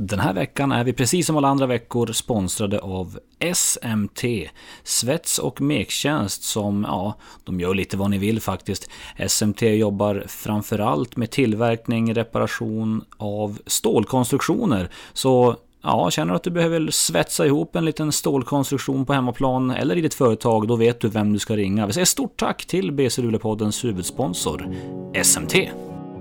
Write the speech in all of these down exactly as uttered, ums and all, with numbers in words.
Den här veckan är vi precis som alla andra veckor sponsrade av S M T, svets- och mektjänst som, ja, de gör lite vad ni vill faktiskt. S M T jobbar framförallt med tillverkning, reparation av stålkonstruktioner. Så ja, känner du att du behöver svetsa ihop en liten stålkonstruktion på hemmaplan eller i ditt företag, då vet du vem du ska ringa. Vi säger stort tack till B C Luleå-poddens huvudsponsor, S M T.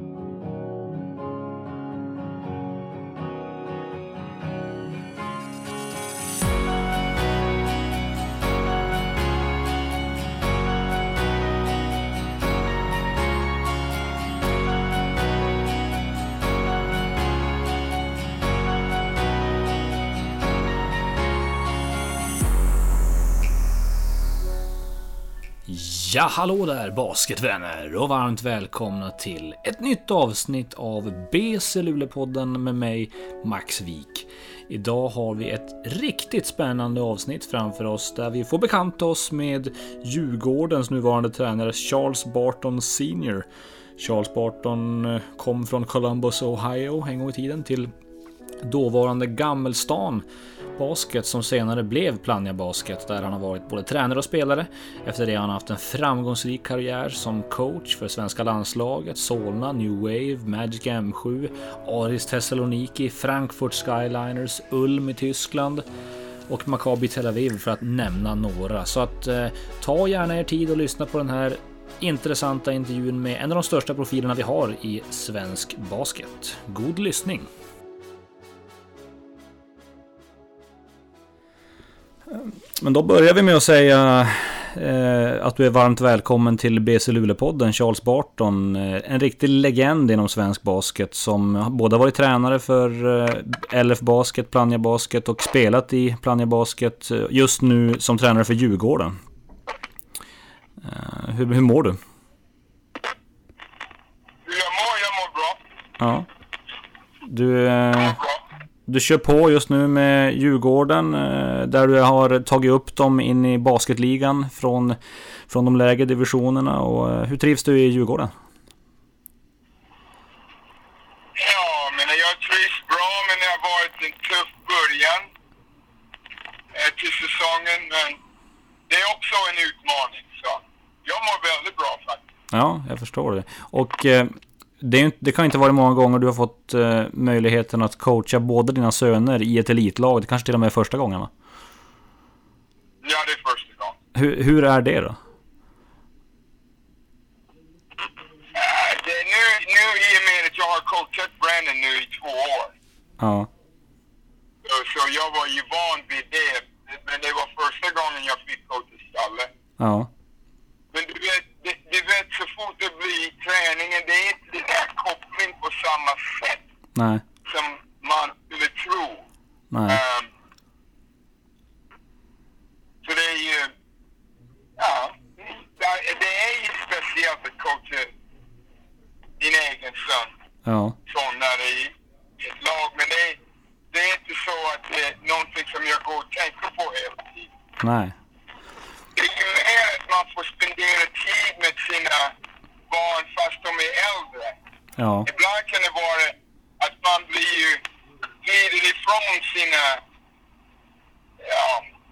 Ja, hallå där basketvänner och varmt välkomna till ett nytt avsnitt av B C Luleå-podden med mig, Max Wik. Idag har vi ett riktigt spännande avsnitt framför oss där vi får bekanta oss med Djurgårdens nuvarande tränare Charles Barton senior. Charles Barton kom från Columbus, Ohio en gång i tiden till dåvarande Gammelstan Basket som senare blev Plannja Basket, där han har varit både tränare och spelare. Efter det har han haft en framgångsrik karriär som coach för svenska landslaget, Solna, New Wave, Magic M sju, Aris Thessaloniki, Frankfurt Skyliners, Ulm i Tyskland och Maccabi Tel Aviv för att nämna några. Så att eh, ta gärna er tid och lyssna på den här intressanta intervjun med en av de största profilerna vi har i svensk basket. God lyssning! Men då börjar vi med att säga eh, att du är varmt välkommen till B C Luleå-podden, Charles Barton. Eh, en riktig legend inom svensk basket som både varit tränare för eh, L F Basket, Plannja Basket och spelat i Plannja Basket. Just nu som tränare för Djurgården. Eh, hur, hur mår du? Jag mår, jag mår bra. Ja. Du... Eh, Du kör på just nu med Djurgården där du har tagit upp dem in i basketligan från, från de lägre divisionerna. Och hur trivs du i Djurgården? Ja, men jag trivs bra, men det har varit en tuff början till säsongen. Men det är också en utmaning, så jag mår väldigt bra faktiskt. Ja, jag förstår det. Och... Eh, Det, är, det kan inte vara många gånger du har fått eh, möjligheten att coacha båda dina söner i ett elitlag. Det kanske till och med är första gången, va? Ja, det är första gången. Hur, hur är det då? Uh, det är nu, nu i och med att jag har coachat Brandon nu i två år. Ja. Så, så jag var ju van vid det. Men det var första gången jag fick coacha Stalle. Ja. Men du vet, det, du vet, så fort det blir träningen, det är inte det där koppling på samma sätt. Nej. Som man skulle tro. Nej. Um, så det är ju, ja, det är ju speciellt att coacha din egen son. Ja. Så när det är ett lag, men det är, det är inte så att det är någonting som jag går och tänker på hela tiden. Nej. Det är ju mer att man får spendera tid med sina barn fast de är äldre. Ja. Ibland kan det vara att man blir ju glider ifrån sina, ja,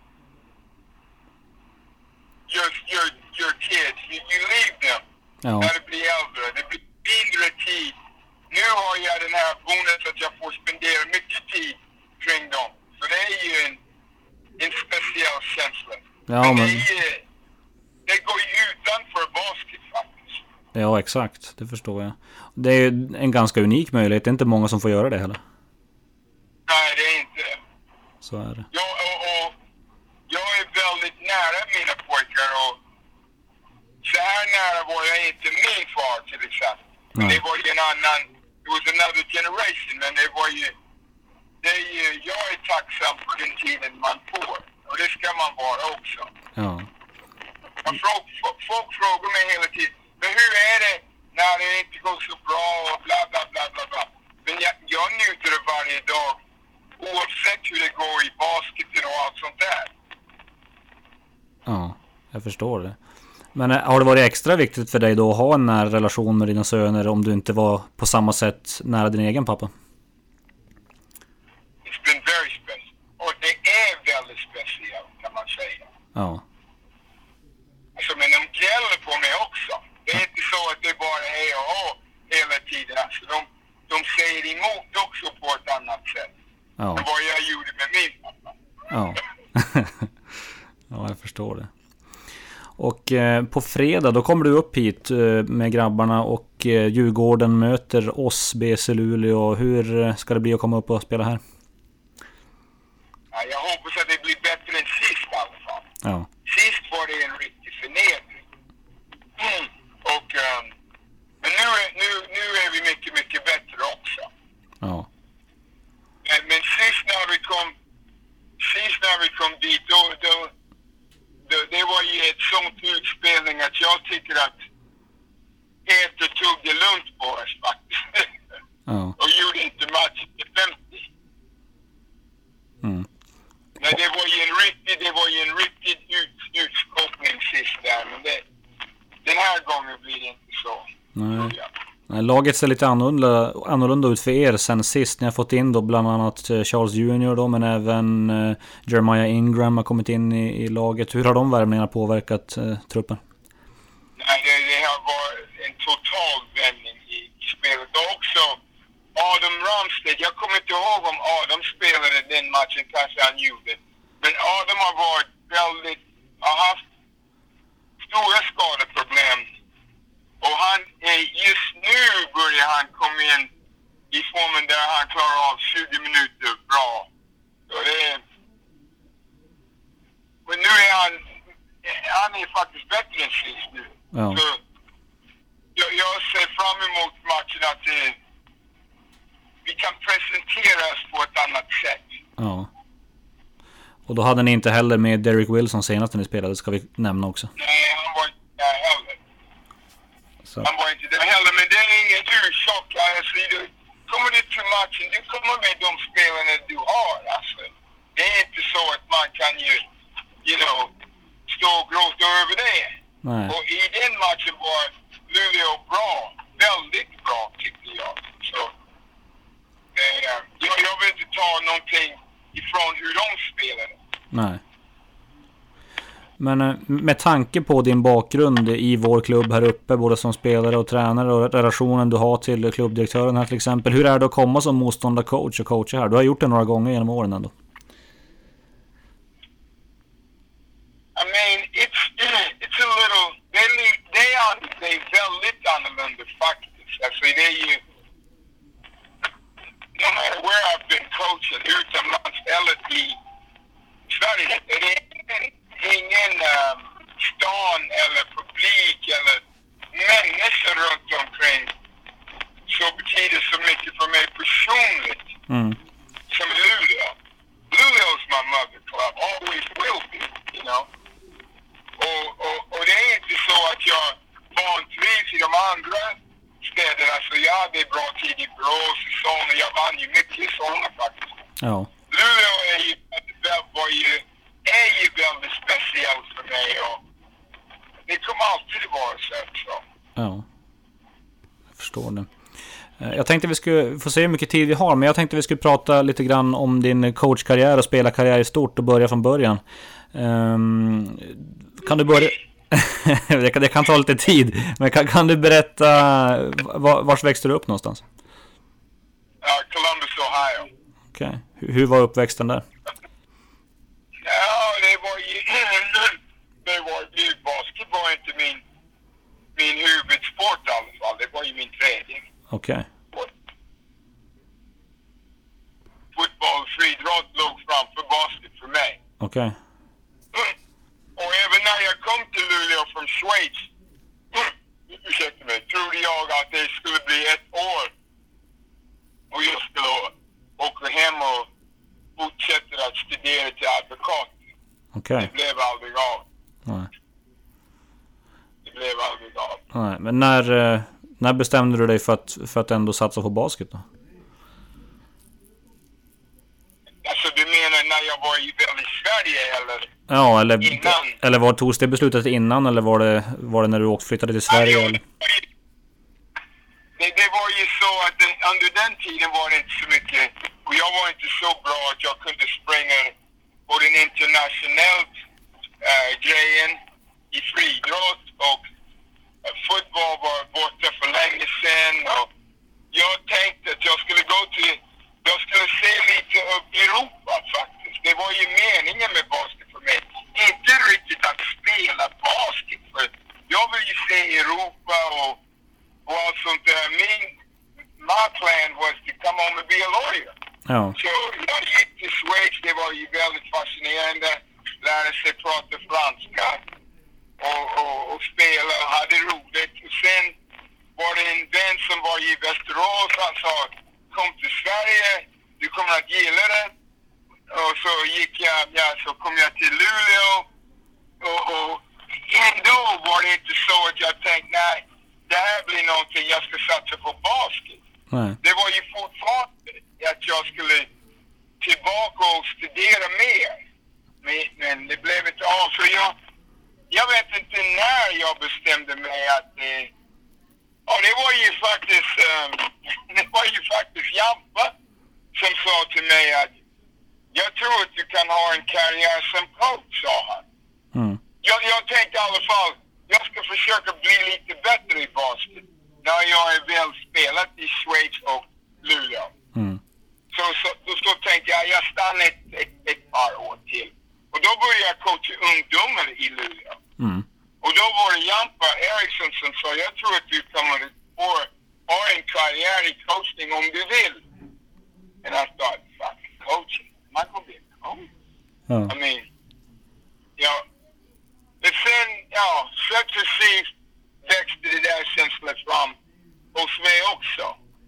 your, your, your kids. You, you leave them Ja. när det blir äldre. Det blir mindre tid. Nu har jag den här bonus att jag får spendera mycket tid kring dem. Så det är ju en, en speciell känsla. Ja, men men... Det, det går ju utanför basket faktiskt. Ja, exakt. Det förstår jag. Det är en ganska unik möjlighet. Det är inte många som får göra det heller. Nej, det är inte det. Så är det. Jag, och, och, jag är väldigt nära mina pojkar och så här nära var jag inte min far till exempel. Men det var ju en annan, it was another generation, men det var ju, det är ju, jag är tacksam för den tiden man får. Och det ska man vara också. Ja. Folk, folk frågar mig hela tiden, men hur är det när det inte går så bra och bla bla bla bla bla. Men jag, jag njuter av varje dag, oavsett hur det går i basketen och allt sånt där. Ja, jag förstår det. Men har det varit extra viktigt för dig då att ha en nära relation med dina söner om du inte var på samma sätt nära din egen pappa? Ja. Alltså, men de gäller på mig också. Det är inte så att det bara är hej och hå hela tiden. Alltså, de, de säger emot också på ett annat sätt. Ja. Än vad jag gjorde med min pappa. Ja. Ja, jag förstår det. Och eh, på fredag då kommer du upp hit eh, med grabbarna och eh, Djurgården möter oss, B C Luleå. Hur eh, ska det bli att komma upp och spela här? Ja, jag hoppas att det blir bättre än sist i alla fall. Ja. Sist var det en riktig förnedring. Mm. Och, um, men nu är, nu, nu är vi mycket, mycket bättre också. Ja. Men, men sist när vi kom sist när vi kom dit då, då, då det var ju ett sånt utspelning att jag tycker att Peter tog det lugnt på oss faktiskt. Ja. Och gjorde inte matchen till femtio. Mm. Men det var ju en riktig, det var ju en riktig ut, utskottning sist där, men det, den här gången blir det inte så. Nej. Ja. Nej, laget ser lite annorlunda, annorlunda ut för er sen sist. Ni har fått in då bland annat Charles junior då, men även eh, Jeremiah Ingram har kommit in i, i laget. Hur har de värvningarna påverkat eh, truppen? Nej, det, det har varit en total vändning i, i spelet. Och också Adam Ramstead, jag kommer inte ihåg om Adam spelade den matchen, kanske han gjorde. Men Adam har varit väldigt, har haft stora skadeproblem. Och han är just nu börjar han komma in i formen där han klarar av tjugo minuter bra. Så det är, men nu är han, han är faktiskt bättre än sist nu. Ja. Så jag, jag ser fram emot matchen att det, vi kan presentera oss på ett annat sätt. Ja. Och då hade ni inte heller med Derek Wilson senast när ni spelade, ska vi nämna också. Nej, han var inte där heller. Så. Han var inte där heller, men det är ingen ursak. Alltså, du kommer du till matchen, du kommer med de spelarna du har. Alltså. Det är inte så att man kan ju, you know, stå och gråta över det. Nej. Och i den matchen var Luleå bra, väldigt bra tyckte jag. Så, det, jag, jag vill inte ta någonting ifrån hur de spelade. Nej. Men med tanke på din bakgrund i vår klubb här uppe, både som spelare och tränare, och relationen du har till klubbdirektören här till exempel, hur är det att komma som motståndarcoach och coacha här? Du har gjort det några gånger genom åren ändå. I mean, it's it's a little, they, they are they väldigt annorlunda faktiskt. Alltså det är ju, no matter where I've been coaching, utomlands eller i Sverige, det är ingen um, stan eller publik eller människor runt omkring så betyder så mycket för mig personligt mm. som Luleå. Luleå's my mother club, always will be, you know. Och, och, och det är inte så att jag vantrivs i de andra städerna. Alltså jag hade bra tid i Borås i sådana, jag vann ju mycket i sådana faktiskt. Ja. Luleå är ju, var ju är ju väldigt speciellt för mig och det kommer alltid vara så. så. Ja, jag förstår det. Jag tänkte vi skulle få se hur mycket tid vi har, men jag tänkte vi skulle prata lite grann om din coachkarriär och spelarkarriär i stort och börja från början. Um, kan du börja... det, kan, det kan ta lite tid, men kan, kan du berätta var, vars växte du upp någonstans? Ja, Columbus, Ohio. Okej, okay. hur, hur var uppväxten där? Ja, det var ju... det var ju... Basket var inte min, min huvudsport i alla fall. Det var ju min träning. Okej. Okay. Fotboll, friidrott låg framför basket för mig. Okej. Okay. Och även när jag kom till Luleå från Schweiz, ursäkta mig, trodde jag att det skulle bli ett år. Och jag skulle åka hem och fortsätta att studera till advokat. Okej. Okay. Det blev aldrig av. Nej. Det blev aldrig av. Nej, men när, när bestämde du dig för att, för att ändå satsa på basket då? Alltså du menar när jag var i, väl i Sverige eller? Ja, eller, innan? Eller var togs det beslutet innan eller var det, var det när du åkte flyttade till Sverige? Ja, eller? Det, det var ju så att den, under den tiden var det inte så mycket, och jag var inte så bra att jag kunde springa på den internationellt äh, home and be a lawyer. Ja. Så jag gick till Schweiz, det var ju väldigt fascinerande. Lärde sig prata franska och, och, och spela och hade roligt. Och sen var det en vän som var i Västerås, han sa kom till Sverige, du kommer att gilla det. Och så gick jag, ja, så kom jag till Luleå och, och ändå var det inte så att jag tänkte nej, det här blir någonting jag ska satsa på basket. Nej. Det var ju fortfarande att jag skulle tillbaka och studera mer. Men, men det blev inte av. Så jag, jag vet inte när jag bestämde mig att eh, ja, det var ju faktiskt um, det var ju faktiskt Jampa som sa till mig att jag tror att du kan ha en karriär som coach, sa han. Mm. Jag, jag tänkte i alla fall, jag ska försöka bli lite bättre i basket när jag är väl spelat i Schweiz och Luleå. Mm. Så, så, då, så tänkte jag, jag stannar ett, ett, ett par år till. Och då började jag coacha ungdomar i Luleå. Mm. Och då var det Jampa Eriksson som sa, jag tror att du kommer att få ha en karriär i coachning om du vill. And I thought, fuck, coaching? Man kommer bli en coach? Ja. I mean, ja. Men sen, ja, successivt växte det där känslan fram hos mig också.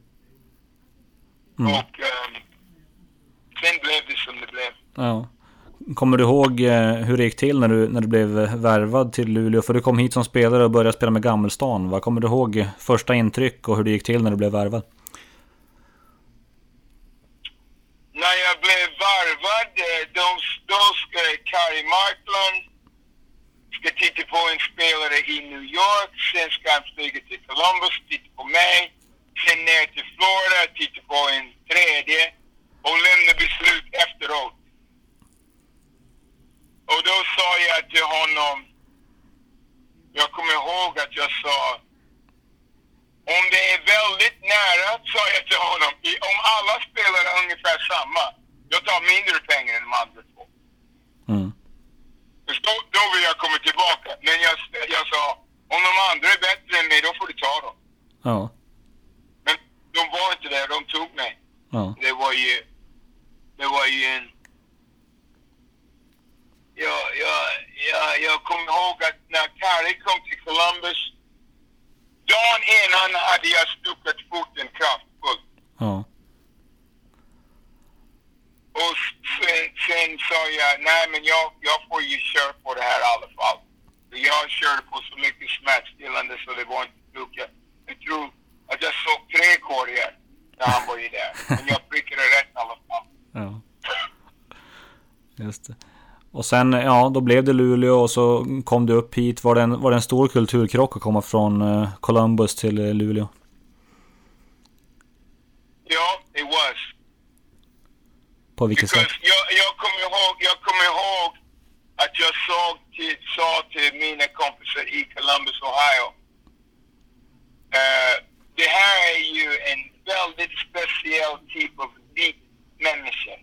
Mm. Och um, sen blev det som det blev. Ja. Kommer du ihåg eh, hur det gick till när du, när du blev värvad till Luleå? För du kom hit som spelare och började spela med Gammelstan. Vad kommer du ihåg första intryck och hur det gick till när du blev värvad? När jag blev värvad, då, då ska Kari Markland ska titta på en spelare i New York. Sen ska han flyga till Columbus, titta på mig. Sen ner till Florida, titta på en tredje. Och lämna beslut efteråt. Och då sa jag till honom, jag kommer ihåg att jag sa, om det är väldigt nära, sa jag till honom, om alla spelar ungefär samma, jag tar mindre pengar än de andra två. Mm. Då, då vill jag komma tillbaka. Men jag, jag sa, om de andra är bättre än mig, då får du ta dem. Ja. Men de var inte där, de tog mig. Ja. Det var ju, det var ju en... Jag, jag, jag, jag kommer ihåg att när Kari kom till Columbus, dagen innan hade jag stukat foten kraftfullt. Ja. Och sen, sen sa jag, nej men jag, jag får ju köra på det här i alla fall. Jag körde på så mycket smärtstillande så det var inte stukat. Jag tror att jag såg tre korgar när han var ju där. Men jag prickade rätt i alla fall. Ja. Just det. Och sen, ja, då blev det Luleå och så kom du upp hit. Var det en, var det en stor kulturkrock att komma från uh, Columbus till uh, Luleå? Ja, it was. På vilket Because sätt? Jag, jag kommer ihåg, jag kommer ihåg att jag såg till, sa till mina kompisar i Columbus, Ohio. Uh, det här är ju en väldigt speciell typ av vit människa.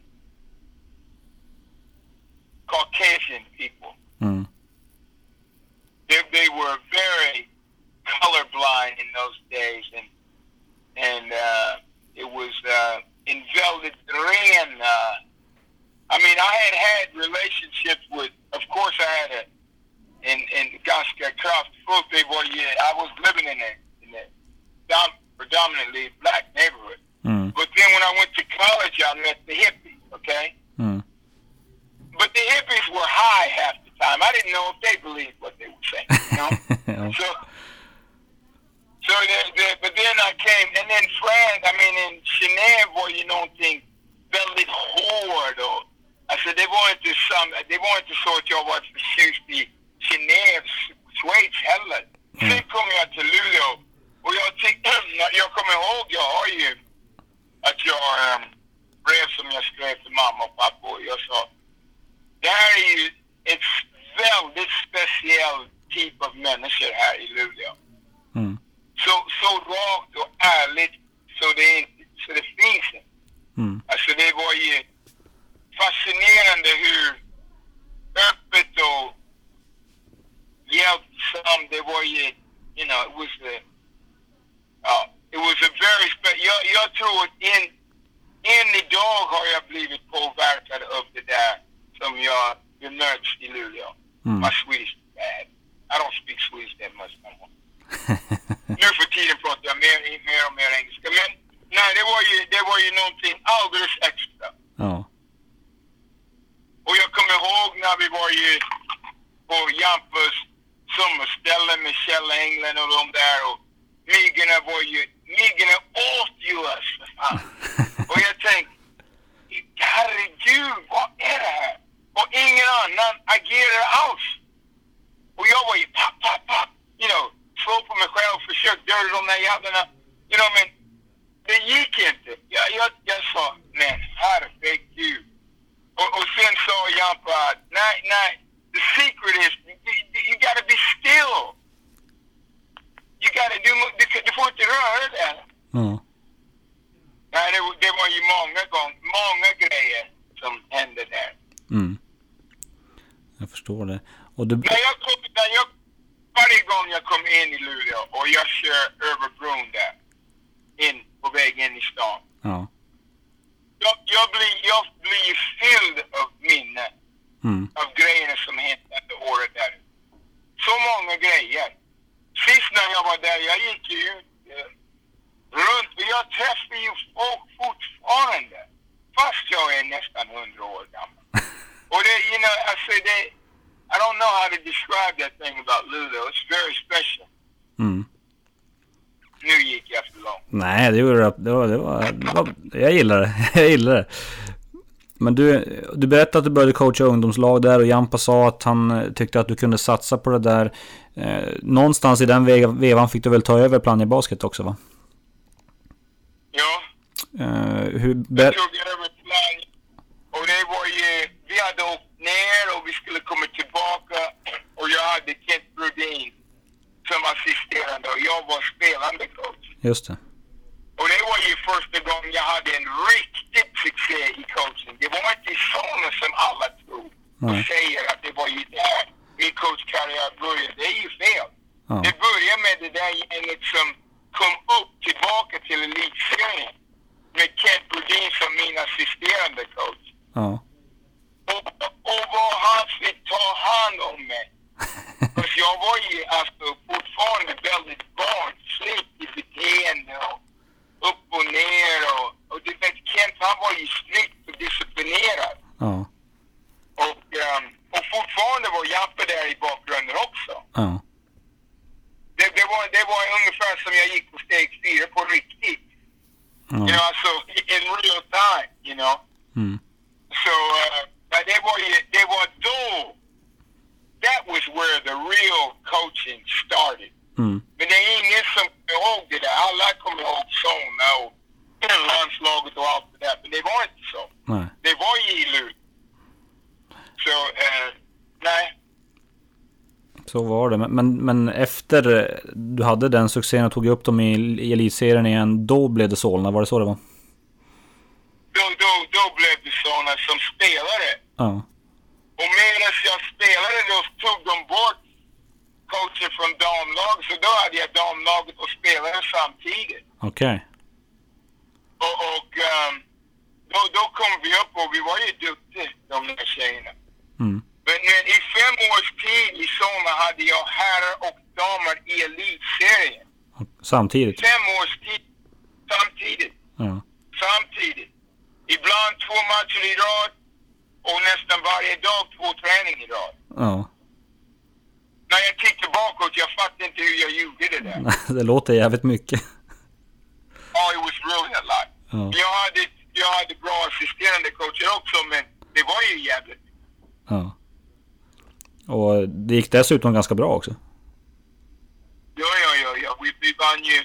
Caucasian people. Mm. They, they were very colorblind in those days, and and uh, it was uh, in velvet ren. Uh, I mean, I had had relationships with, of course, I had a in in ganska kraftfullt. They were, yeah, I was living in a in a dom, predominantly black neighborhood. Mm. But then when I went to college, I met the hippies. Okay. Mm. But the hippies were high half the time. I didn't know if they believed what they were saying, you know? Ja. So, so the, the, but then I came, and then France, I mean, in Genève var ju någonting väldigt hård. Och, alltså det var inte som, det var inte så att jag var förtjust i Genève, Schweiz heller. Mm. Sen kom jag till Luleå, och jag tyckte, jag kommer ihåg, jag har ju, att jag, um, brev som jag skrev till mamma och pappa, och jag sa, det här är ju ett väldigt speciell typ av människor här i Luleå. Mm. Så, så rakt och ärligt så det, så det finns inte. Mm. Alltså det var ju fascinerande hur öppet och hjälpsamt det var ju, you know, it was a, uh, it was a very special, jag, jag tror att in, Mm. My Swedish is bad. I don't speak Swedish that much no more. Nu för tiden pratar jag mer, mer och mer engelska. Men nej, det var ju, det var ju någonting alldeles extra. Ja. Och jag kommer ihåg när vi var ju på Jampas sommarställe med Kjell England och de där. Och mygorna var ju, mygorna åt ju oss. Och jag tänkte, herregud, vad är det här? Och ingen annan agerar alls. Och jag var ju papp, papp, papp. You know, slå på mig själv, försök döda de där jävlarna. You know, men det gick inte. Jag, jag, jag sa, men herregud. Och, och sen sa Jampa, nej, nej. The secret is, you, you gotta be still. You gotta do, du, du får inte röra det. Mm. Nej, det, det var ju många gånger, många grejer som hände där. Mm. Jag förstår det. Och du... När jag kom, när jag, varje gång jag kom in i Luleå och jag kör över bron där, in, på väg in i stan. Ja. Jag, jag, blir, jag blir fylld av minnen Mm. av grejerna som hände det året där. Så många grejer. Sist när jag var där, jag gick ju ut eh, runt och jag träffade ju folk fortfarande. Fast jag är nästan hundra år gammal. Och det, you know, alltså det, I don't know how to describe that thing about Luleå. It's very special. Mm. Nu gick jag för långt. Nej, det gjorde det. Det var, det var, det var, jag gillar det. Jag gillar det. Men du, du berättade att du började coacha ungdomslag där och Jampa sa att han tyckte att du kunde satsa på det där. Eh, någonstans i den vevan fick du väl ta över Plannja Basket också, va? Ja. Eh, hur ber- jag tog över Plannja och det var ju, vi hade åkt ner och vi skulle komma tillbaka och jag hade Kent Brodin som assisterande och jag var spelande coach. Just det. Och det var ju första gången jag hade en riktig succé i coaching. Det var inte sådana som alla tror och Nej. säger att det var ju där min coachkarriär började. Det är ju fel. Ja. Det började med det där gänget som kom upp tillbaka till elitserien med Kent Brodin som min assisterande coach. Ja. Och, och vad han fick ta hand om mig. För jag var ju alltså fortfarande väldigt barnslig i beteende och upp och ner och, och du vet, Kent han var ju strikt och disciplinerad. Ja. Och, um, och fortfarande var Jampa där i bakgrunden också. Ja. Det, det, var, det var ungefär som jag gick på steg fyra på riktigt. Ja. You know, alltså in real time, you know. Mm. Så uh, det var ju, det var då, that was where the real coaching started. Mm. Men det är ingen som kommer ihåg det där. Alla kommer ihåg såna och landslaget och allt det där. Men det var inte så. Nej. Det var ju i Luleå. Så, uh, nej. Så var det. Men, men, men efter du hade den succén och tog upp dem i, i elitserien igen, då blev det Solna. Var det så det var? Då, då, då blev det såna som spelare. Ja. Och medan jag spelade då tog de bort coachen från damlaget. Så då hade jag damlaget och spelare samtidigt. Okej. Okay. Och, och um, då, då kom vi upp och vi var ju duktiga, de där tjejerna. Mm. Men, men i fem års tid i sommar hade jag herrar och damer i elitserien. Samtidigt? Fem års tid. Samtidigt. Ja. Samtidigt. Ibland två matcher i rad och nästan varje dag två träning i rad. Ja. När jag tittar bakåt, jag fattar inte hur jag gjorde det där. Det låter jävligt mycket. Oh, it was really a lot. Ja. Jag hade, jag hade bra assisterande coacher också, men det var ju jävligt. Ja. Och det gick dessutom ganska bra också. Ja, ja, ja, ja. Vi, vi vann ju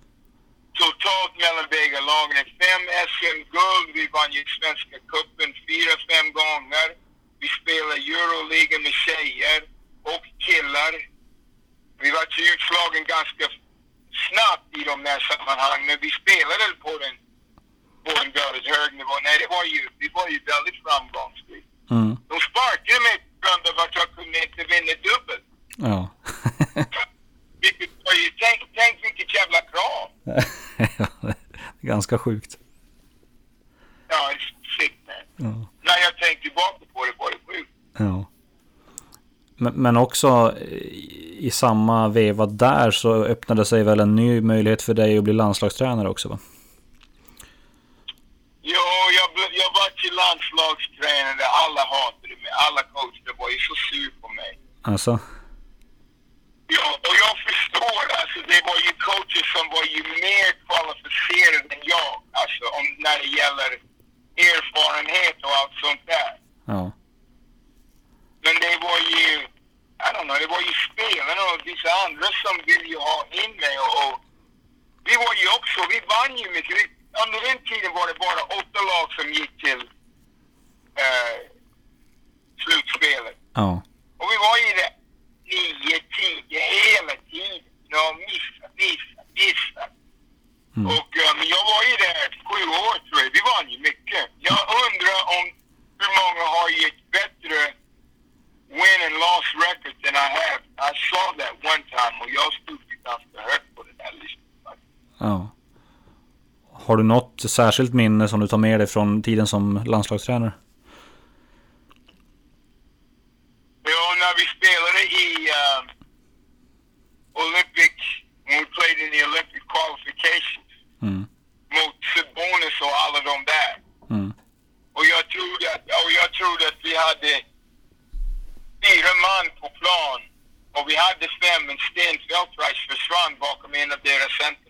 totalt mellan bägge lagen fem S M-guld. Vi vann ju Svenska cupen fyra, fem gånger. Vi spelade Euroliga med tjejer och killar. Vi var ju utslagen ganska snabbt i de här sammanhangen, men vi spelade på den på en väldigt hög nivå. Nej, det var ju, vi var ju väldigt framgångsrika. Mm. De sparkade mig på grund av att jag kunde inte vinna dubbelt. Ja. Vilket var ju, tänk, tänk vilket jävla krav. Ja, det är ganska sjukt. Ja, det är sick, man. Ja. När jag tänkte tillbaka på det var det sjukt. Ja. Men, men också i, i samma veva där så öppnade sig väl en ny möjlighet för dig att bli landslagstränare också, va? Jo, jag, jag var till landslagstränare. Alla hatade mig. Alla coacher var ju så sur på mig. Alltså? Ja, och jag förstår. Alltså, det var ju coacher som var ju mer kvalificerade än jag. Alltså, om, när det gäller erfarenhet och allt sånt där. Ja. Men det var ju, I don't know, det var ju spelarna och vissa andra som ville ju ha in mig. Och, och vi var ju också, vi vann ju mycket. Vi, under den tiden var det bara åtta lag som gick till eh, slutspelet. Ja. Och vi var ju det nio, tio hela tiden. Jag missade, missade, missade. Mm. Och um, jag var ju där sju år tror jag. Vi vann ju mycket. Jag undrar om hur många har gett bättre win and loss record than I have. I saw that one time och jag stod ju ganska högt på den här listan. Ja. Har du något särskilt minne som du tar med dig från tiden som landslagstränare? Ja, när vi spelade i uh, Olympic, when we played in the Olympic qualifications Mm. mot Sabonis och alla de där. Mm. Och jag trodde att, och jag trodde att vi hade fyra man på plan och vi hade fem, men Sten Feldreich försvann bakom en av deras center.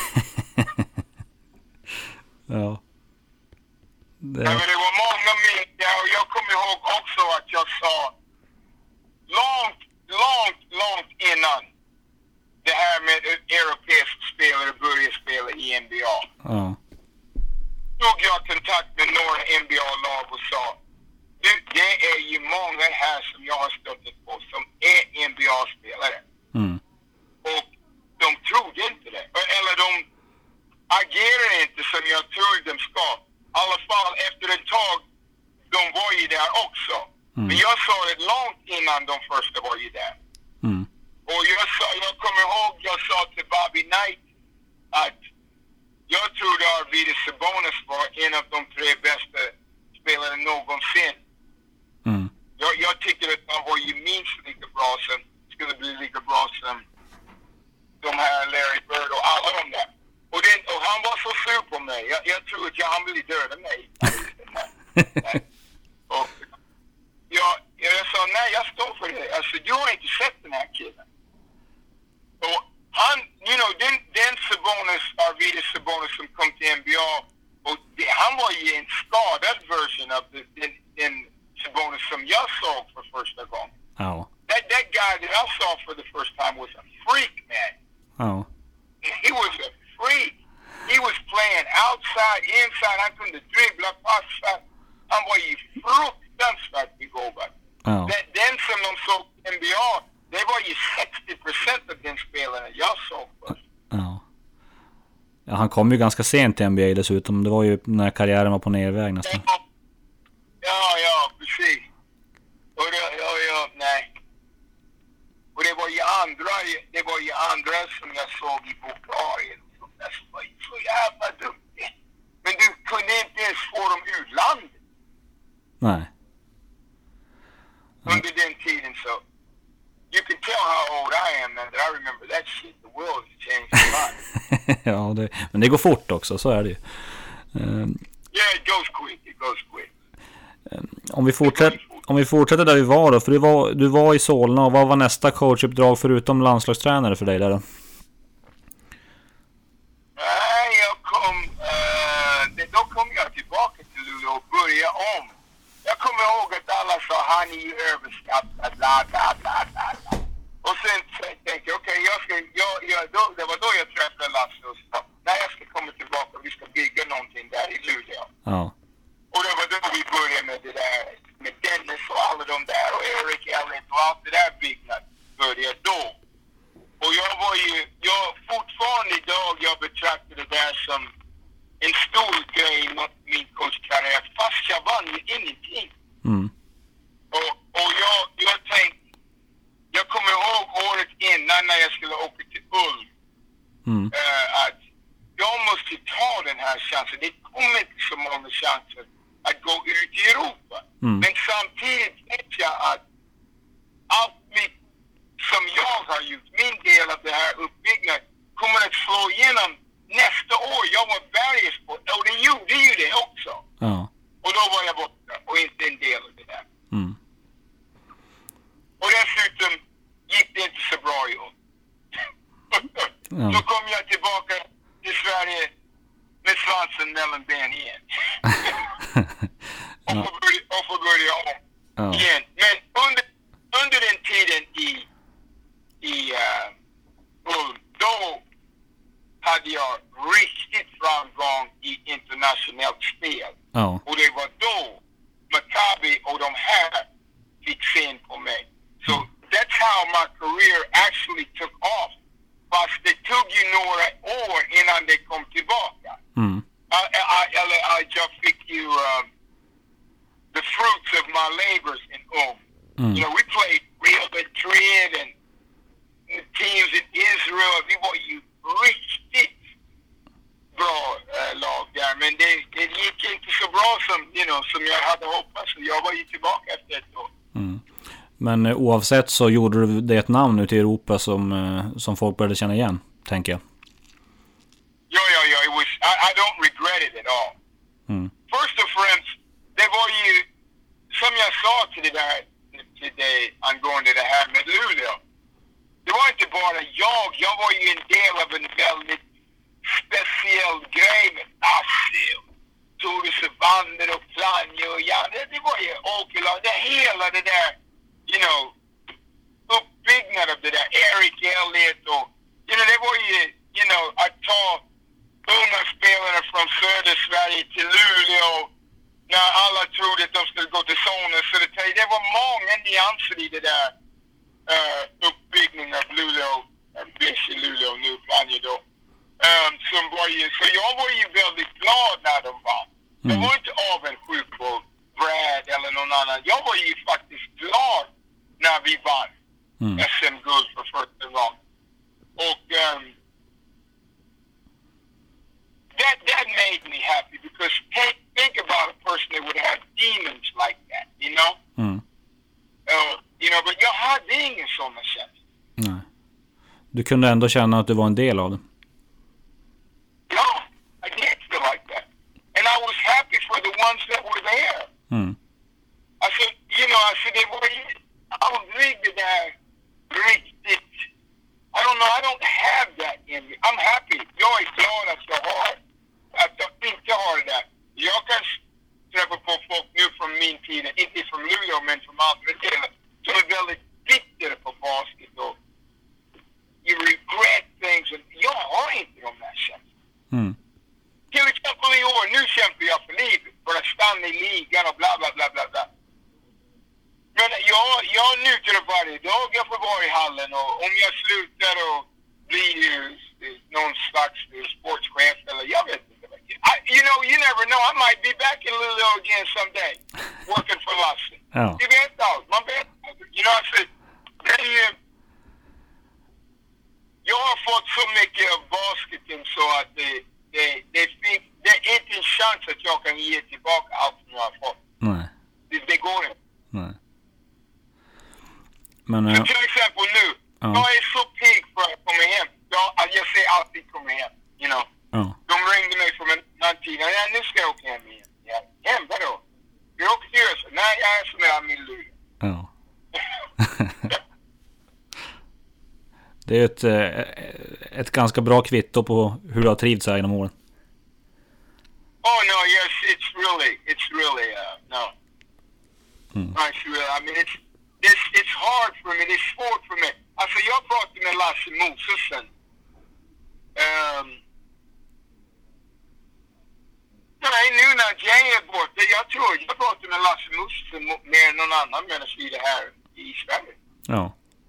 Ja. Det... Ja, men det var många minnen och jag kommer ihåg också att jag sa långt, långt, långt innan det här med europeisk spelare började spela i N B A. Ja. Tog jag kontakt med några N B A-lag och sa du, det är ju många här som jag har stött på som är N B A-spelare. Mm. Och de trodde inte det. Eller de agerar inte som jag tror de ska. I alla fall efter ett tag, de var ju där också. Mm. Men jag sa det långt innan de första var ju där. Mm. Och jag sa, jag kommer ihåg, jag sa till Bobby Knight att jag trodde att Arvydas Sabonis var en av de tre bästa spelarna någonsin. Mm. Jag, jag tycker att han var ju minst lika bra som, skulle bli lika bra som de här Larry Bird och alla de där. Och, det, och han var så sur på mig. Jag, jag tror att jag, han ville döda mig. och jag, jag sa, nej jag står för det. Alltså du har inte sett den här killen. Och han, you know, den, den Sabonis, Arvydas Sabonis som kom till N B A, och det, han var ju en skadad version av the, den, den Sabonis som jag såg för första gången. Oh. That, that guy that I saw for the first time was a freak, man. Oh. He was a freak. He was playing outside, inside, han kunde dribbla, passa. Han var ju fruktansvärt begåvad. Oh. Den som de såg N B A, det var ju sextio procent av den spelaren jag såg först. Ja. Ja, han kom ju ganska sent till N B A dessutom. Det var ju när karriären var på nerväg nästan. Ja, ja, ja precis. Och det, ja, ja, nej. Och det var ju andra, det var ju andra som jag såg i Bulgarien som nästan var så jävla duktiga. Men du kunde inte ens få dem ur landet. Nej. Under den tiden så. You can tell how old I am and I remember that shit. The world has changed a lot. Ja, det, men det går fort också, så är det ju. Um, Yeah, it goes quick. It goes quick. Um, om vi fortsätter om vi fortsätter där vi var då, för du var du var i Solna, och vad var nästa coachuppdrag förutom landslagstränare för dig där då? Nej, jag kom uh, då kom jag tillbaka till Luleå och började om. Jag kommer ihåg att alla sa han är ju överskattad, bla bla bla bla. Och sen tänkte jag, okej, okay, jag ska, jag, jag, då, det var då jag träffade Lasse och sa, nej jag ska komma tillbaka och vi ska bygga någonting där i Luleå. Ja. Och det var då vi började med det där, med Dennis och alla de där och Erik Elliott och allt det där byggnad började då. Och jag var ju, jag fortfarande idag, jag betraktar det där som en stor grej i min coachkarriär, fast jag vann ju ingenting. Mm. Och, och jag, jag tänkte, jag kommer ihåg året innan när jag skulle åka till Ulm, Mm. uh, att jag måste ta den här chansen. Det kommer inte så många chanser att gå ut i Europa. Mm. Men samtidigt vet jag att allt som jag har gjort, min del av det här uppbyggnaden, kommer att slå igenom nästa år. Jag var bergis på, och det gjorde ju det också. Ja. Och då var jag borta och inte en del av det där. Mm. Och dessutom gick det inte så bra i år. Ja. Så kom jag tillbaka till Sverige med svansen mellan ben igen. och, får börja, och får börja om ja. igen. Men under, under den tiden i, i uh, då hade jag riktigt framgång i internationellt spel. Ja. Och det var då Maccabi och de här fick sen på mig. So that's how my career actually took off. Fast det tog ju några år innan det kom tillbaka. Mm. I, I, I, I just fick you um, the fruits of my labors in Ulm. Mm. You know, we played Real Madrid and teams in Israel. Vi var ju riktigt bra uh, lag där. Men det, det gick inte så bra som, you know, som jag hade hoppats. Jag var ju tillbaka efter ett år. Mm. Men eh, oavsett så gjorde du det ett namn ute i Europa som, eh, som folk började känna igen, tänker jag. Ja, ja, ja. It was, I, I don't regret it at all. Mm. First och främst, det var ju, som jag sa till det där, till dig angående det här med Luleå. Det var inte bara jag, jag var ju en del av en väldigt speciell grej med Assi och Tore Savander och Planje och ja, det, det var ju Åkerlag, det hela det där, you know, uppbyggnad av det där, Eric Elliott och, you know, det var ju, you know, att ta unga spelare från södra Sverige till Luleå när alla trodde att de skulle gå till zonen, så det, det var många nyanser i det där uh, uppbyggnaden av Luleå, B C Luleå nu, Planje då. Um, som var ju, så jag var ju väldigt glad när de vann. Mm. Jag var inte avundsjuk på Brad eller någon annan. Jag var ju faktiskt glad när vi vann mm. S M-guld för första gången. Och um, that, that made me happy because think, think about a person that would have demons like that, you know? Mm. Uh, you know, but jag hade ingen sådana känslor. Nej. Du kunde ändå känna att du var en del av det. No, I didn't feel like that. And I was happy for the ones that were there. Mm. I said, you know, I said, well, aldrig det där riktigt. I don't know, I don't have that in me. I'm happy. Jag är glad att jag har, att jag inte har det där. Jag kan träffa på folk nu från min tid, inte från Luleå, men från andra delar, som är väldigt bittra på basket och you regret things. And jag har inte de där känslorna. Mm. Till exempel i år, nu kämpar jag för livet för att stanna i ligan och bla bla bla bla bla. Men jag, jag njuter av varje dag jag får vara i hallen och om jag slutar och blir någon slags sportchef eller jag vet inte. I, you know, you never know. I might be back in Luleå again someday working for Lasse. Oh. Du vet allt, man vet allt. You know, så, det är ju, jag har fått så mycket av basketen så att det, det, det, finns, det är inte en chans att jag kan ge tillbaka allt som jag har fått. Nej. Det, det går inte. Nej. Men, så till exempel nu, ja. Jag är så pigg för att komma hem. Jag, jag säger alltid komma hem, you know. Ja. De ringde mig från en annan tid. Ja, nu ska jag åka hem igen. Ja, hem, vadå? Jag åker till Öster. Nej, jag är som är min lur. Ja. Det är ett, ett ganska bra kvitto på hur du har trivts här genom åren. Oh no, yes, it's really, it's really, uh, no. Mm. It's really, I mean, it's, it's, it's hard for me, det är svårt för mig. Alltså jag pratade med Lasse Mosesen. Um, nej, nu när Jay är borta, jag tror jag pratade med Lasse Mosesen mer än någon annan medan vi är här i Sverige. Ja.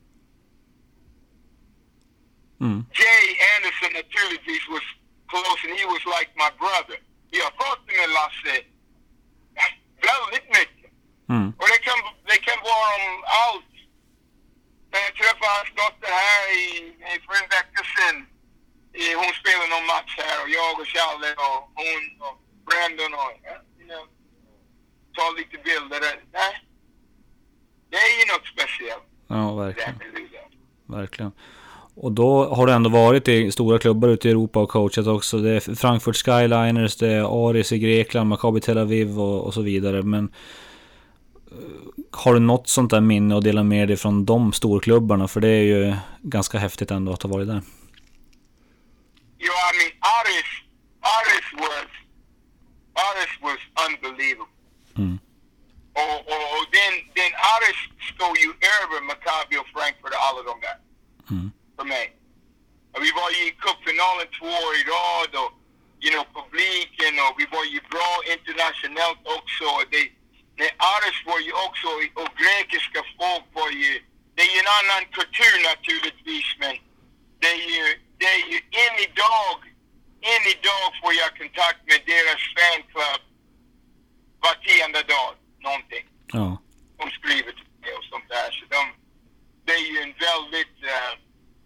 Mm. Jay Anderson naturligtvis was close and he was like my brother. Jag pratade med Lasse väldigt mycket. Mm. Och det kan, det kan vara om allt. När jag träffade hans dotter här i, i för en vecka sedan. I, hon spelade någon match här och jag och Challe och hon och Brandon och ja, you know, ta lite bilder där. Nej, det är ju något speciellt. Ja, verkligen. verkligen. Och då har det ändå varit i stora klubbar ute i Europa och coachat också. Det är Frankfurt Skyliners, det är Aris i Grekland, Maccabi Tel Aviv och, och så vidare. Men har du något sånt där minne att dela med dig från de storklubbarna? För det är ju ganska häftigt ändå att ha varit där. You know, I mean, Aris, Aris was, Aris was unbelievable. Mm. Och, och, och den, den Aris stod ju över Maccabi och Frankfurt och alla de där. Mm. För mig. Och vi var ju i cupfinalen två år i rad och, you know, publiken och vi var ju bra internationellt också. Det, det Aris var ju också, och grekiska folk var ju, det är ju en annan kultur naturligtvis, men det är ju, det är ju än idag, än idag får jag kontakt med deras fanclub var tionde dag, någonting. Ja. De skriver till mig och sånt där, så de, det är ju en väldigt, uh,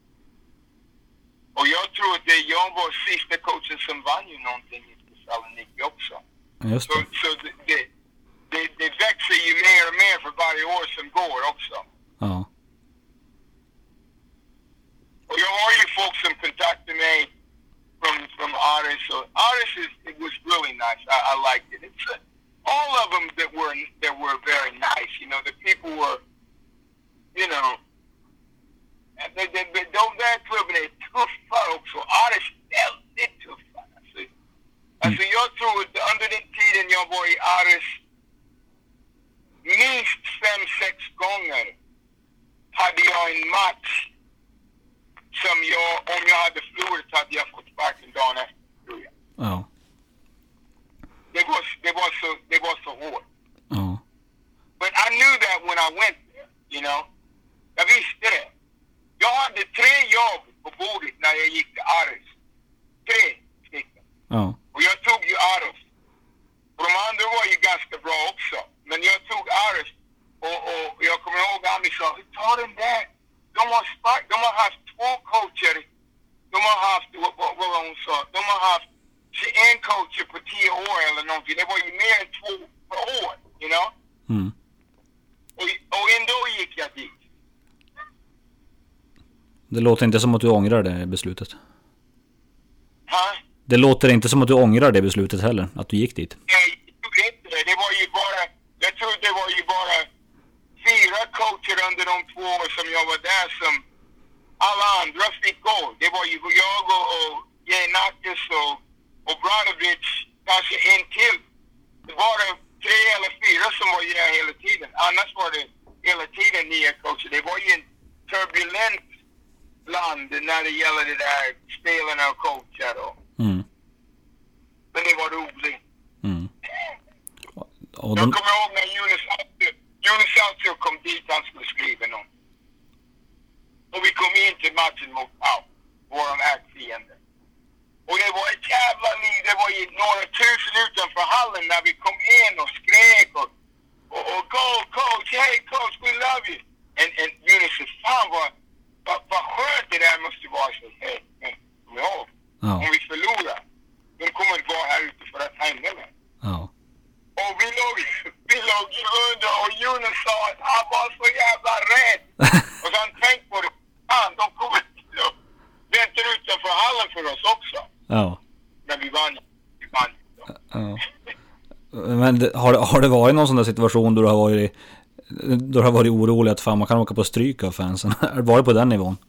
och jag tror att det, jag var sista coachen som vann ju någonting i Thessaloniki också. Just det. Så, så det, det, det, det växer ju mer och mer för varje år som går också. Ja. Och jag har ju folk som kontaktar mig from, from Aris. So Aris is, it was really nice. I, I liked it. It's a, all of them that were, that were very nice. You know, the people were, you know, det, det, det, de där klubbarna är tuffa också. Aris är väldigt tuffa. Alltså, alltså jag tror att under den tiden jag var i Aris, minst fem, sex gånger hade jag en match som jag, om jag hade förlorat hade jag fått sparken dagen efter, tror jag. Ja. Det var, det var så, det var så hårt. Ja. But I knew that when I went there, you know. Jag visste det. Jag hade tre jobb på bordet när jag gick till Aris. Tre stycken. Ja. Och jag tog ju Aris. Och de andra var ju ganska bra också. Men jag tog Aris. Och, och jag kommer ihåg att Ami sa, ta den där. De har, spark, de har haft två coacher. De har haft, vad, vad, vad hon sa, de har haft en coacher på tio år eller någonting. Det var ju mer än två per år, you know. Mm. Och, och ändå gick jag dit. Det låter inte som att du ångrar det beslutet. Ha? Det låter inte som att du ångrar det beslutet heller, att du gick dit. Nej, jag tror inte det. Det var ju bara, jag tror det var ju bara fyra coacher under de två år som jag var där som alla andra fick gå. Det var ju jag och, och Giannakis och, och Bradovic, kanske en till. Det var det tre eller fyra som var ju där hela tiden. Annars var det hela tiden nya coacher. Det var ju en turbulent land när det gäller det där spelarna och coacher och. Mm. Men det var roligt. Mm. Och Jag de... kommer ihåg när Jonas Jonas Salter kom dit, han skulle skriva någon. Och vi kom in till matchen mot Pau, vår ärkfiende. Och det var ett jävla liv, det var ju några tusen utanför hallen när vi kom in och skrek och, och, och go coach, hey coach, we love you. And, and Jonas sa, fan vad, vad, vad skönt det där måste vara. Så, hey, hey, kom ihåg, Ja. om vi förlorar, de kommer inte vara här ute för att hänga med. Ja. Och vi låg, vi låg under och Jonas sa att han var så jävla rädd. Och så han tänkte på det. Han, de kommer till och väntar utanför hallen för oss också. Ja. Men vi vann. Vi vann. Ja. Men det, har, har det varit någon sån där situation då du har varit, då du har varit orolig att fan man kan åka på stryk av fansen? Har det varit på den nivån?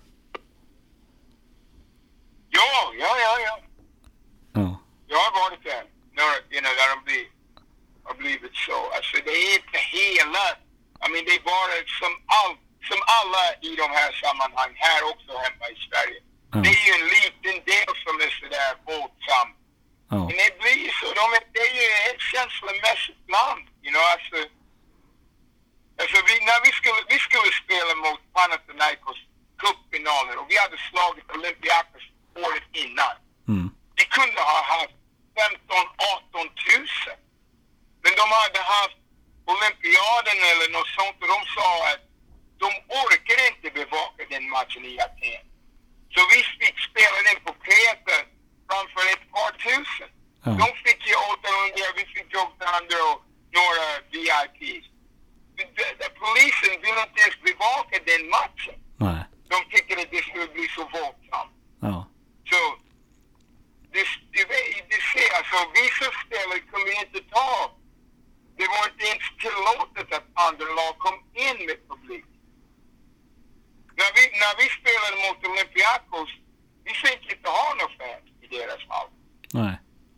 Ja, ja, ja, ja. Ja. Jag har varit där. När, you know, där de blir, har blivit så. Alltså det är inte hela. I mean, det är bara som, all, som alla i de här sammanhang här också hemma i Sverige. Ja. Det är ju en liten del som är sådär våldsam. Ja. Men det blir så. De är, det är ju ett känslomässigt land. You know, alltså. Alltså vi, när vi skulle, vi skulle spela mot Panathinaikos cupfinalen och vi hade slagit Olympiakos året innan. Mm. Vi kunde ha haft femton arton tusen. Men de hade haft olympiaden eller något sånt och de sa att de orkar inte bevaka den matchen i Aten. Så vi fick spela den på Kreta framför ett par tusen. Ja. De fick ju återhundra, vi fick återhundra och några V I Ps. Polisen ville inte ens bevaka den matchen. Nej. de tycker att det skulle bli så våldsamt. Ja. Så det, det, det ser, alltså vissa ställen kunde inte ta. Det var inte ens tillåtet att andra lag kom in med publik. När vi, när vi spelade mot Olympiakos, vi fick inte ha några fans i deras hall. Nej.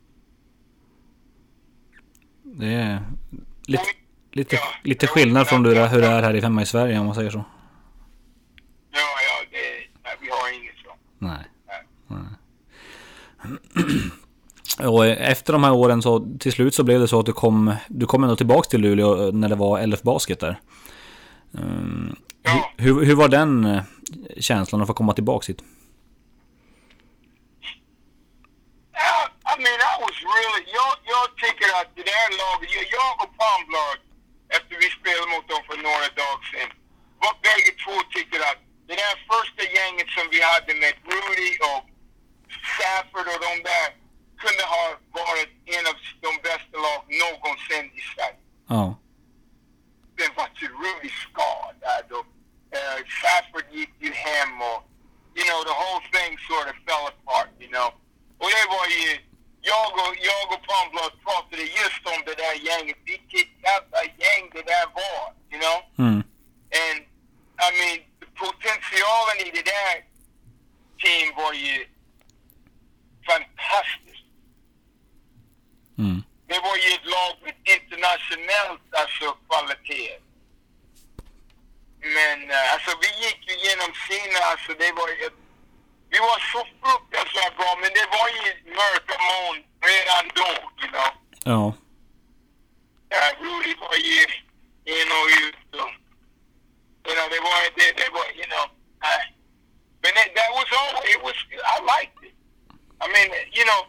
Det är lite, lite, ja, lite skillnad från hur det, hur det är här i femma i Sverige, om man säger så. Ja, ja, det, nej, vi har inget så. Nej. nej. Och efter de här åren så till slut så blev det så att du kom, du kom ändå tillbaks till Luleå när det var L F Basket där. Um, ja. hur, hur var den känslan att få komma tillbaks hit? Yeah, I mean, I was really, jag, jag tycker att det där laget, jag och Palmblad, efter vi spelade mot dem för några dagar sedan, var bägge två tycker att det där första gänget som vi hade med Rudy och Stafford och de där kunde ha varit en av de bästa lag någonsin i Sverige. Ja. Sen var till Rudy skadad och uh, Stafford gick ju hem och, you know, the whole thing sort of fell apart, you know. Och det var ju, jag och, jag och Palmblad pratade just om det där gänget, vilket jävla gäng det där var, you know. Mm. And, I mean, potentialen i det där team var ju fantastiskt. Mm. Det var ju ett lag med internationellt, alltså, kvalitet. Men, uh, alltså, vi gick ju genom sina, alltså, det var ju, vi var så fruktansvärt bra, men det var ju mörka moln redan då, you know. Ja. Ja, Rudy var ju in och ut och, you know, det var, det, det var, you know, uh, but that, that was all, it was, I liked it. I mean, you know,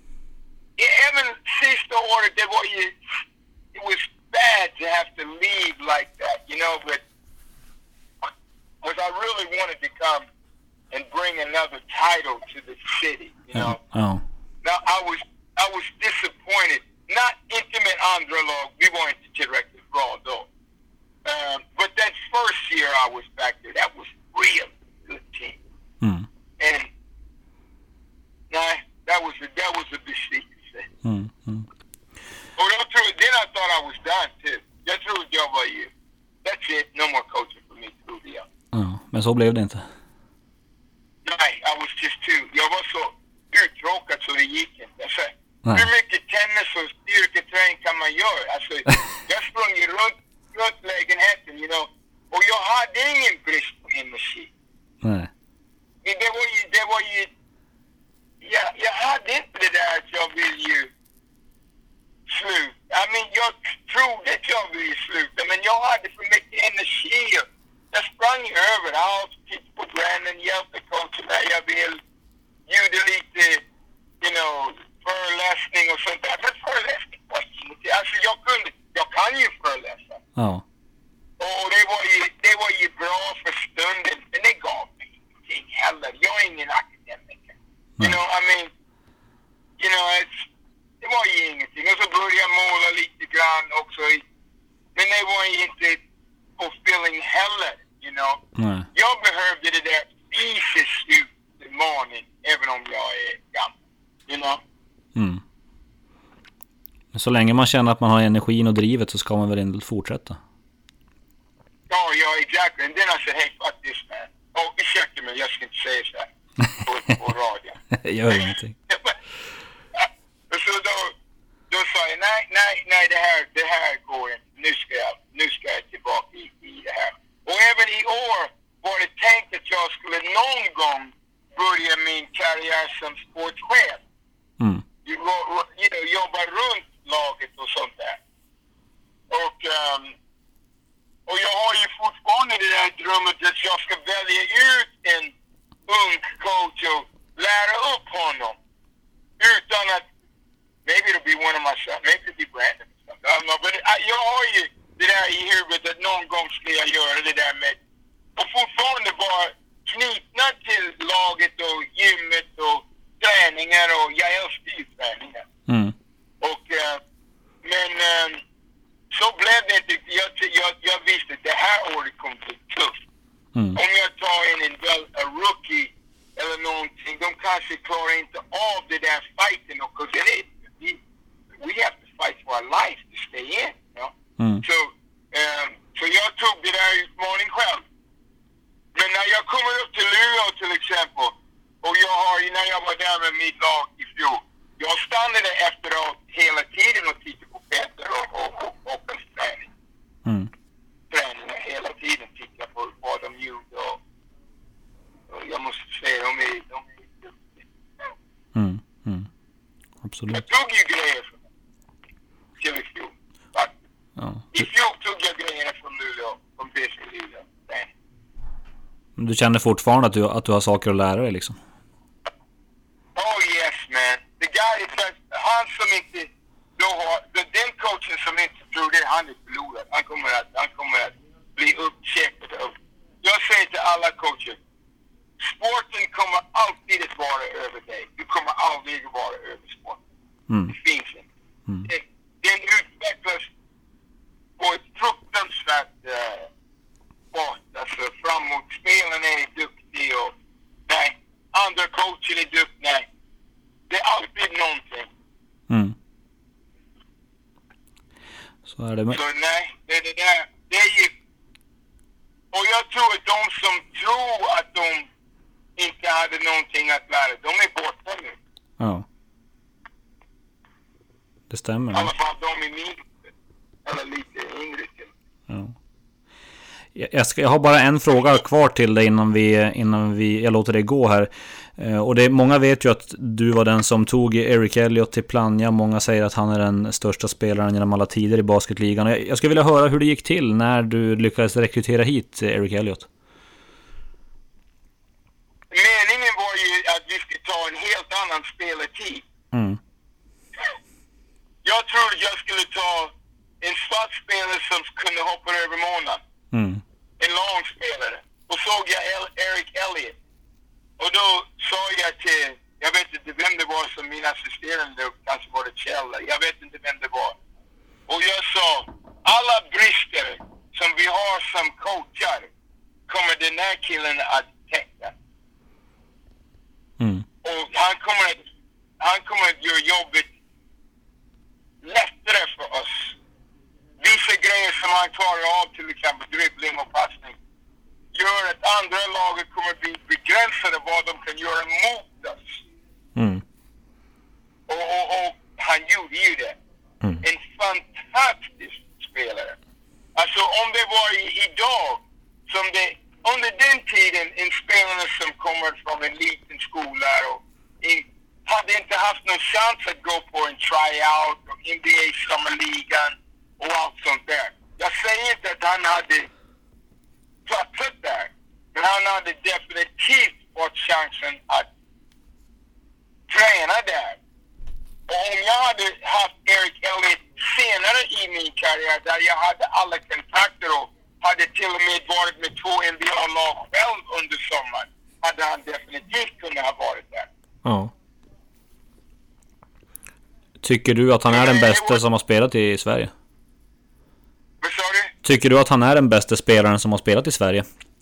even sista året, det var ju, it was bad to have to leave like that, you know, but because I really wanted to come and bring another title to the city, you know. Oh. Now, I was I was disappointed. Not intimate underlog, we weren't directly raw though. Um, but that first year I was back there, that was real good team. Mm. And nah, that was a, that was a besvikelse. Mm. Mm. Oh, don't true. Then I thought I was done too. That's true job by you. That's it. No more coaching for me through the year. Ja, men så blev det inte. Nej, I was just too. Jag var så uttråkad så det gick inte. Alltså, hur mycket tennis och styrketräning kan man göra? Alltså, jag sprang ju runt, runt lägenheten, you know. Och jag hade ingen brist på energi. Nej. Det, det var ju, det var ju, jag, jag hade inte det där att jag vill ju sluta. I mean, jag trodde att jag ville sluta, men jag hade för mycket energi. Jag sprang överallt, tittade på Brandon, hjälpte coachen när jag vill, gjorde lite, you know, föreläsning och sånt där. Men föreläsning var ingenting. Alltså jag kunde, jag kan ju föreläsa. Ja. Och det var ju, det var ju bra för stunden, men det gav mig ingenting heller. Jag är ingen akademiker. Mm. You know, I mean, you know, it's, det var ju ingenting. Och så började jag måla lite grann också. Men det var ju inte fulfilling heller, you know. Nej. Jag behövde det där fysiskt utmaning, även om jag är gammal, you know. Mm. Men så länge man känner att man har energin och drivet så ska man väl ändå fortsätta. Ja, ja, exakt. And then I said, hey, fuck this, man. Oh, ursäkta mig, jag ska inte säga så här på, på radio. Gör ingenting. Så då, då sa jag, nej, nej, nej, det här, det här går inte. Nu ska jag, nu ska jag tillbaka i, i det här. Och även i år var det tänkt att jag skulle någon gång börja min karriär som sportchef. Mm. You know, jobba runt laget och sånt där. Och, um, och jag har ju fortfarande det där drömmet att jag ska välja ut en ung coach och lära upp honom. Utan att, maybe it'll be one of my sons, maybe it'll be Brandon. I don't know, but I, jag har ju det där i huvudet att någon gång ska jag göra det där med. Och fortfarande bara knutna till laget och gymmet och träningar och jag älskar ju träningar. Mm. Och, uh, men um, så blev det inte. Jag, jag, jag visste att det här året kommer bli tufft. Mm. Om jag tar in en sig in. Ja. Mm. Så, um, så jag tog det där utmaning själv. Men när jag kommer upp till Luleå till exempel, och jag har, när jag var där med mitt lag i fjol, jag stannade efteråt hela tiden och tittade på Peter och, och, och, och hans träning. Mm. Träningen hela tiden tittade på vad de gjorde och, och jag måste säga, de är, de är duktiga. Mm. Mm. Absolut. Jag tog ju grejer från till i fjol. Ja. I fjol tog jag grejer från Luleå, från B C Luleå. Nej. Du känner fortfarande att du, att du har saker att lära dig liksom? Oh yes man. The guy is just, han som inte då har, den coachen som inte tror det, han är förlorad. Han kommer att, han kommer att bli uppcheckad av. Jag säger till alla coacher, sporten kommer alltid att vara över dig. Du kommer aldrig att vara över sporten. Mm. Det finns inte. Mm. Den, den utvecklas på ett fruktansvärt uh, fart. Alltså framåt. Spelarna är duktiga och nej. Andra coacher är duktiga. Nej. Det är alltid någonting. Mm. Så är det med. Så nej, det är det där. Det är ju... Och jag tror att de som tror att de inte hade någonting att lära, de är borta nu. Ja. Det stämmer. I alla fall de är min. Eller lite yngre till. Ja. Jag, ska, jag har bara en fråga kvar till dig innan vi, innan vi jag låter dig gå här. Och det, många vet ju att du var den som tog Eric Elliott till Plannja. Många säger att han är den största spelaren genom alla tider i basketligan. Jag, jag skulle vilja höra hur det gick till när du lyckades rekrytera hit Eric Elliott. Meningen var ju att vi skulle ta en helt annan spelartid. Mm. Jag trodde jag skulle ta en svart spelare som kunde hoppa över månaden. Mm. En lång spelare. Och såg jag El- Eric Elliott. Och då sa jag till, jag vet inte vem det var som min assisterande, kanske var det Kjell, jag vet inte vem det var. Och jag sa, alla brister som vi har som coachar kommer den här killen att täcka. Mm. Och han kommer att, han kommer att göra jobbet lättare för oss. Vissa grejer som han klarar av, till exempel dribbling och passning, gör att andra laget kommer att bli begränsade vad de kan göra mot oss. Mm. Och, och, och han gjorde ju det. Mm. En fantastisk spelare. Alltså om det var i, idag, som det, under den tiden, en spelare som kommer från en liten skola och in, hade inte haft någon chans att gå på en tryout och N B A sommarligan och allt sånt där. Jag säger inte att han hade platsat där, men han hade definitivt fått chansen att träna där. Och om jag hade haft Eric Elliott senare i min karriär, där jag hade alla kontakter och hade till och med varit med två N B A-lag själv under sommaren, hade han definitivt kunnat ha varit där. Ja. Tycker du att han är den bästa som har spelat i Sverige? Vad sa du? Tycker du att han är den bästa spelaren som har spelat i Sverige?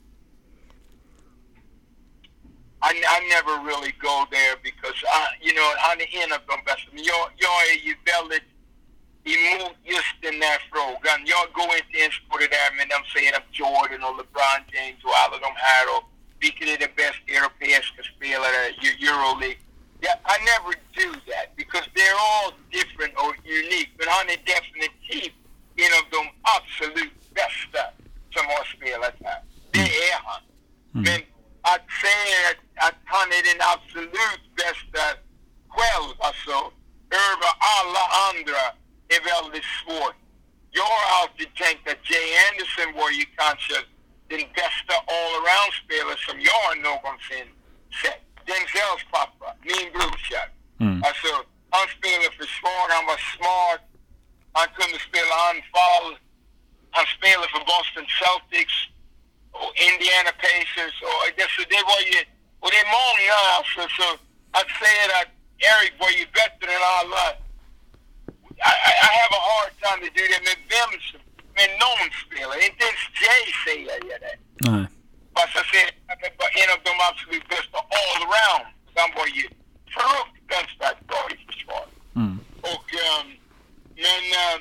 I, I never really go there because, I, you know, han är en av de bästa. Men jag, jag är ju väldigt emot just den där frågan. Jag går inte ens på det där med de säger att Jordan och LeBron James och alla de här och vilka är de bästa europeiska spelare i Euroleague. Yeah, I never do that because they're all different or unique. Men han är definitivt en av de absolut bästa som har spelat här. Det är han. Mm. Men att säga att, att han är den absolut bästa själv, alltså över alla andra, är väldigt svårt. Jag har alltid tänkt att Jay Anderson var ju kanske den bästa all-around-spelare som jag har någonsin sett. Denzels pappa, min brorsa. Mm. Alltså, han spelade försvar, han var smart, han kunde spela anfall, han spelade för Boston Celtics och Indiana Pacers och det, så det var ju, och det är många alltså, så att säga att Eric var ju bättre än alla, I, I have a hard time to do that med vem som, med någon spelare, inte ens Jay säger jag det. Nej. Fast jag säger att det var en av de absolut bästa all around, han var ju fruktansvärt bra i försvar. Mm. Och, um, men um,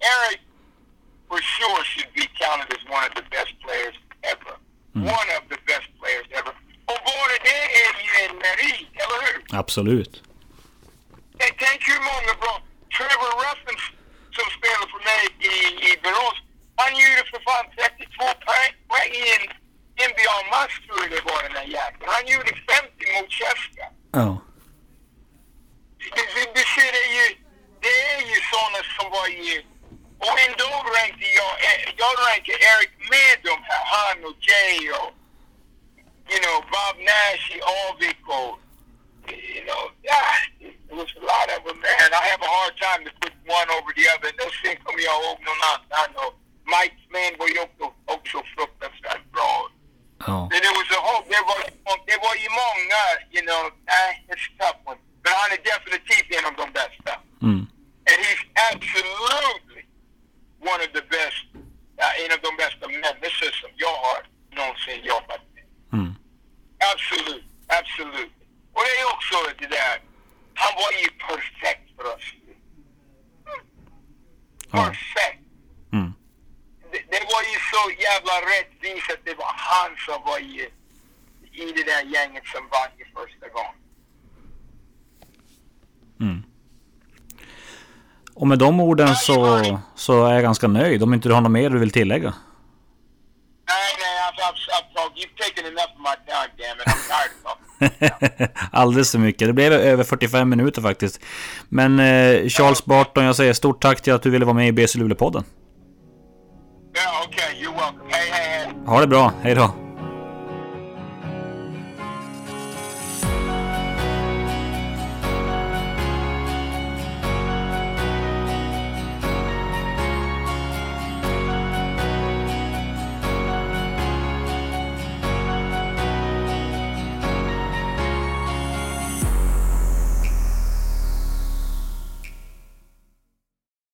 Eric, for sure, should be counted as one of the best players ever. Mm. One of the best players ever. Och både det är ju en merit, eller hur? Absolut. Jag tänker hur många bra. Trevor Ruffin som spelar för mig i, i Borås, han gjorde för fan trettiotvå poäng i en N B A-match, tror jag det var, den där jäkeln. Han gjorde femtio mot Cheska. Ja. Oh. Du, du ser, det är ju, det är ju sådana som var i... Och ändå rankade jag, jag rankade Eric med de här, han och Jay och, you know, Bob Nash i Avik och, you know, yeah, it was a lot of them, man. I have a hard time to put one over the other. No sen kommer jag ihåg någon annan. Och Mike's man var ju också, också fruktansvärt bra. Oh. Men det var så hårt, det var, det var ju många, you know, nej, it's a tough one. Men han är definitivt en av de bästa. Mm. And he's absolutely one of the best, uh, en av de bästa människor som jag har någonsin jobbat med. Mm. Absolut, absolut. Och det är också det där, han var ju perfekt för oss. Perfekt. Mm. Det, det var ju så jävla rättvist att det var han som var i, i det där gänget som vann ju första gången. Mm. Och med de orden så, så är jag ganska nöjd. Om inte du har något mer du vill tillägga. Nej, nej, I've, I've, I've, you've taken enough of my time, damn it. I'm tired of it. Alldeles för mycket. Det blev över fyrtiofem minuter faktiskt. Men eh, Charles Barton, jag säger stort tack till att du ville vara med i B C Luleå-podden. Ja, okej. You're welcome. Hej, hej, hej. Ha det bra. Hej då.